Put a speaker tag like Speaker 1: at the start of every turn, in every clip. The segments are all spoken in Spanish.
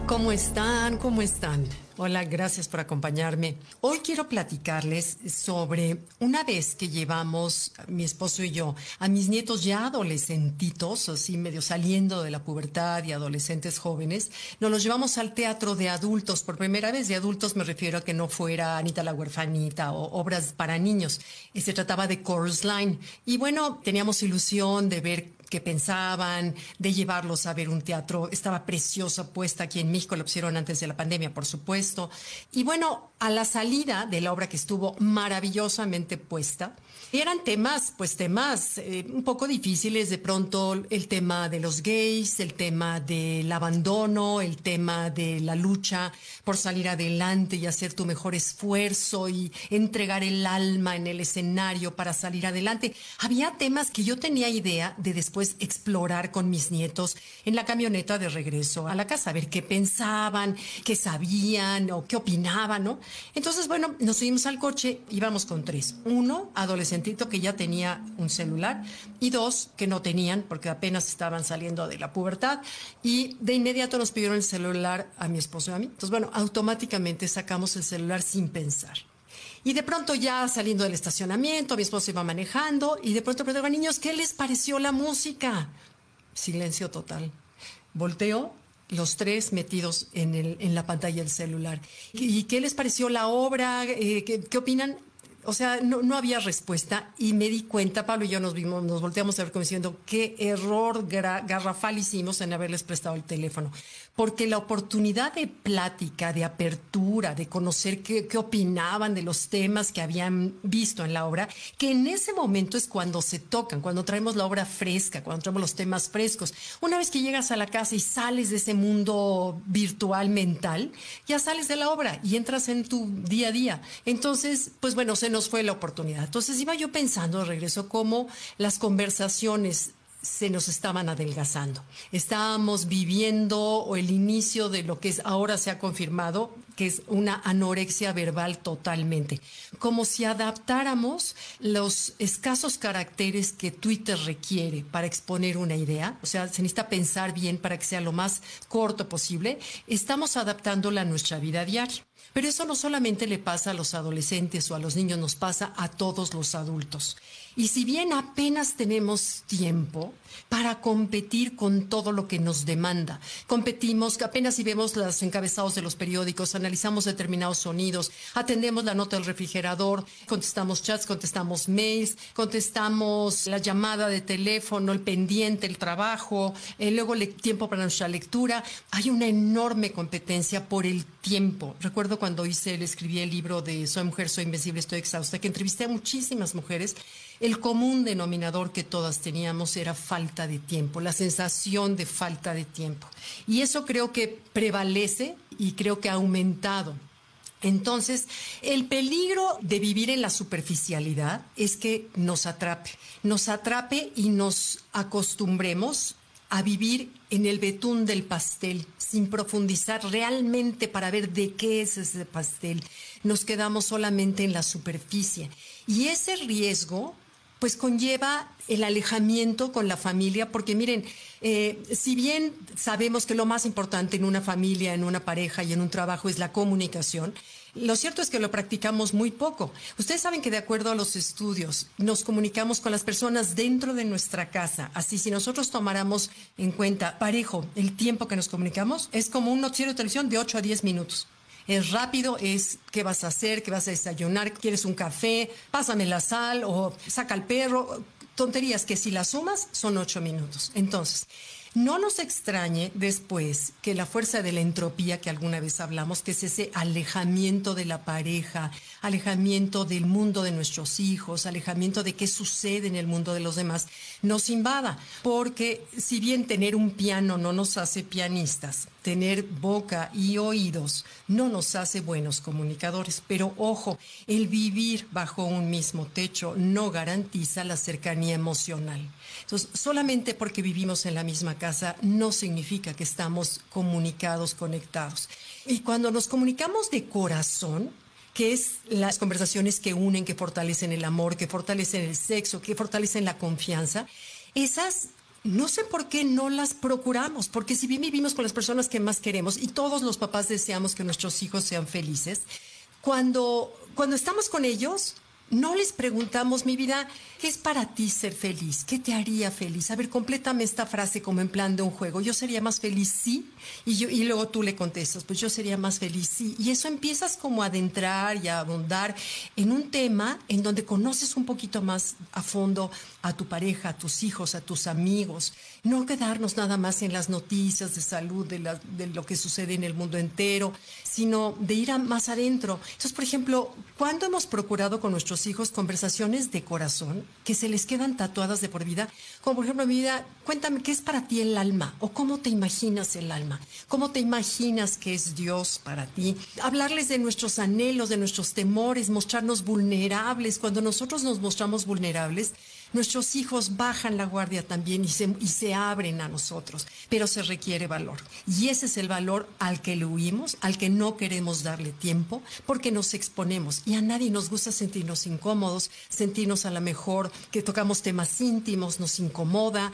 Speaker 1: ¿Cómo están? ¿Cómo están? Hola, gracias por acompañarme. Hoy quiero platicarles sobre una vez que llevamos, mi esposo y yo, a mis nietos ya adolescentitos, así medio saliendo de la pubertad y adolescentes jóvenes, nos los llevamos al teatro de adultos. Por primera vez de adultos me refiero a que no fuera Anita la Huerfanita o obras para niños. Se trataba de Chorus Line. Y bueno, teníamos ilusión de ver qué pensaban, de llevarlos a ver un teatro. Estaba preciosa puesta aquí en México, lo pusieron antes de la pandemia, por supuesto. Y bueno, a la salida de la obra, que estuvo maravillosamente puesta, eran temas un poco difíciles. De pronto el tema de los gays, el tema del abandono, el tema de la lucha por salir adelante y hacer tu mejor esfuerzo y entregar el alma en el escenario para salir adelante. Había temas que yo tenía idea de después explorar con mis nietos en la camioneta de regreso a la casa, a ver qué pensaban, qué sabían o qué opinaban, ¿no? Entonces, bueno, nos subimos al coche, íbamos con tres. Uno, adolescentito que ya tenía un celular, y dos, que no tenían porque apenas estaban saliendo de la pubertad, y de inmediato nos pidieron el celular a mi esposo y a mí. Entonces, bueno, automáticamente sacamos el celular sin pensar. Y de pronto, ya saliendo del estacionamiento, mi esposo iba manejando y de pronto preguntaba: niños, ¿qué les pareció la música? Silencio total. Volteo, los tres metidos en la pantalla del celular. ¿Y qué les pareció la obra? ¿Qué opinan? O sea, no había respuesta, y me di cuenta, Pablo y yo nos volteamos a ver como diciendo: qué error garrafal hicimos en haberles prestado el teléfono. Porque la oportunidad de plática, de apertura, de conocer qué opinaban de los temas que habían visto en la obra, que en ese momento es cuando se tocan, cuando traemos la obra fresca, cuando traemos los temas frescos. Una vez que llegas a la casa y sales de ese mundo virtual mental, ya sales de la obra y entras en tu día a día. Entonces, pues bueno, se nos fue la oportunidad. Entonces iba yo pensando de regreso cómo las conversaciones se nos estaban adelgazando. Estábamos viviendo el inicio de lo que ahora se ha confirmado, que es una anorexia verbal totalmente. Como si adaptáramos los escasos caracteres que Twitter requiere para exponer una idea. O sea, se necesita pensar bien para que sea lo más corto posible. Estamos adaptándola a nuestra vida diaria. Pero eso no solamente le pasa a los adolescentes o a los niños, nos pasa a todos los adultos. Y si bien apenas tenemos tiempo para competir con todo lo que nos demanda, competimos apenas si vemos los encabezados de los periódicos, analizamos determinados sonidos, atendemos la nota del refrigerador, contestamos chats, contestamos mails, contestamos la llamada de teléfono, el pendiente, el trabajo, luego tiempo para nuestra lectura. Hay una enorme competencia por el tiempo. Recuerdo cuando escribí el libro de Soy mujer, soy invencible, estoy exhausta, que entrevisté a muchísimas mujeres. El común denominador que todas teníamos era falta de tiempo, la sensación de falta de tiempo. Y eso creo que prevalece y creo que ha aumentado. Entonces, el peligro de vivir en la superficialidad es que nos atrape y nos acostumbremos a vivir en el betún del pastel, sin profundizar realmente para ver de qué es ese pastel. Nos quedamos solamente en la superficie. Y ese riesgo, pues, conlleva el alejamiento con la familia, porque miren, si bien sabemos que lo más importante en una familia, en una pareja y en un trabajo es la comunicación, lo cierto es que lo practicamos muy poco. Ustedes saben que, de acuerdo a los estudios, nos comunicamos con las personas dentro de nuestra casa. Así, si nosotros tomáramos en cuenta parejo el tiempo que nos comunicamos, es como un noticiero de televisión de 8 a 10 minutos. Es rápido, es qué vas a hacer, qué vas a desayunar, quieres un café, pásame la sal o saca al perro. Tonterías que, si las sumas, son 8 minutos. Entonces, no nos extrañe después que la fuerza de la entropía, que alguna vez hablamos, que es ese alejamiento de la pareja, alejamiento del mundo de nuestros hijos, alejamiento de qué sucede en el mundo de los demás, nos invada. Porque si bien tener un piano no nos hace pianistas, tener boca y oídos no nos hace buenos comunicadores. Pero ojo, el vivir bajo un mismo techo no garantiza la cercanía emocional. Entonces, solamente porque vivimos en la misma casa no significa que estamos comunicados, conectados. Y cuando nos comunicamos de corazón, que es las conversaciones que unen, que fortalecen el amor, que fortalecen el sexo, que fortalecen la confianza, esas no sé por qué no las procuramos, porque si bien vivimos con las personas que más queremos y todos los papás deseamos que nuestros hijos sean felices, cuando estamos con ellos, no les preguntamos, mi vida, ¿qué es para ti ser feliz? ¿Qué te haría feliz? A ver, complétame esta frase como en plan de un juego. Yo sería más feliz, sí. Y luego tú le contestas, pues yo sería más feliz, sí. Y eso empiezas como a adentrar y a abundar en un tema en donde conoces un poquito más a fondo a tu pareja, a tus hijos, a tus amigos. No quedarnos nada más en las noticias de salud, de lo que sucede en el mundo entero, sino de ir más adentro. Entonces, por ejemplo, ¿cuándo hemos procurado con nuestros hijos conversaciones de corazón que se les quedan tatuadas de por vida? Como por ejemplo, mi vida, cuéntame, ¿qué es para ti el alma? ¿O cómo te imaginas el alma? ¿Cómo te imaginas que es Dios para ti? Hablarles de nuestros anhelos, de nuestros temores, mostrarnos vulnerables. Cuando nosotros nos mostramos vulnerables, nuestros hijos bajan la guardia también y se abren a nosotros, pero se requiere valor. Y ese es el valor al que le huimos, al que no queremos darle tiempo, porque nos exponemos. Y a nadie nos gusta sentirnos incómodos, sentirnos a lo mejor que tocamos temas íntimos, nos incomoda,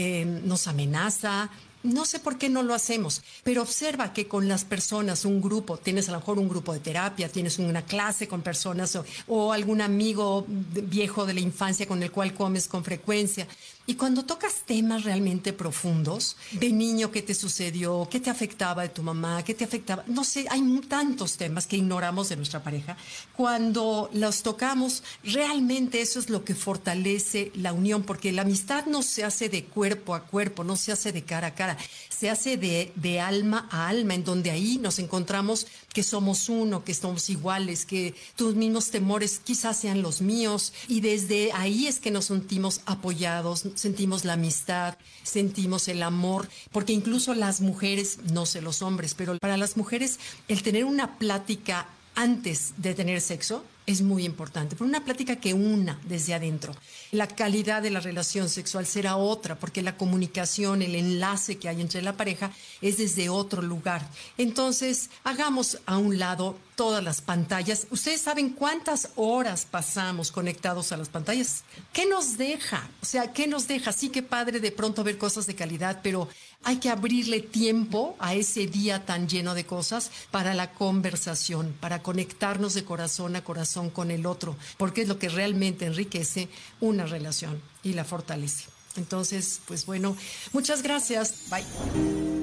Speaker 1: nos amenaza. No sé por qué no lo hacemos, pero observa que con las personas, un grupo, tienes a lo mejor un grupo de terapia, tienes una clase con personas o algún amigo viejo de la infancia con el cual comes con frecuencia. Y cuando tocas temas realmente profundos, de niño, ¿qué te sucedió? ¿Qué te afectaba de tu mamá? ¿Qué te afectaba? No sé, hay tantos temas que ignoramos de nuestra pareja. Cuando los tocamos, realmente eso es lo que fortalece la unión, porque la amistad no se hace de cuerpo a cuerpo, no se hace de cara a cara, se hace de alma a alma, en donde ahí nos encontramos que somos uno, que somos iguales, que tus mismos temores quizás sean los míos, y desde ahí es que nos sentimos apoyados, sentimos la amistad, sentimos el amor, porque incluso las mujeres, no sé los hombres, pero para las mujeres el tener una plática antes de tener sexo es muy importante, pero una plática que una desde adentro. La calidad de la relación sexual será otra, porque la comunicación, el enlace que hay entre la pareja es desde otro lugar. Entonces, hagamos a un lado todas las pantallas. ¿Ustedes saben cuántas horas pasamos conectados a las pantallas? ¿Qué nos deja? O sea, ¿qué nos deja? Sí, qué padre de pronto ver cosas de calidad, pero hay que abrirle tiempo a ese día tan lleno de cosas para la conversación, para conectarnos de corazón a corazón con el otro, porque es lo que realmente enriquece una relación y la fortalece. Entonces, pues bueno, muchas gracias. Bye.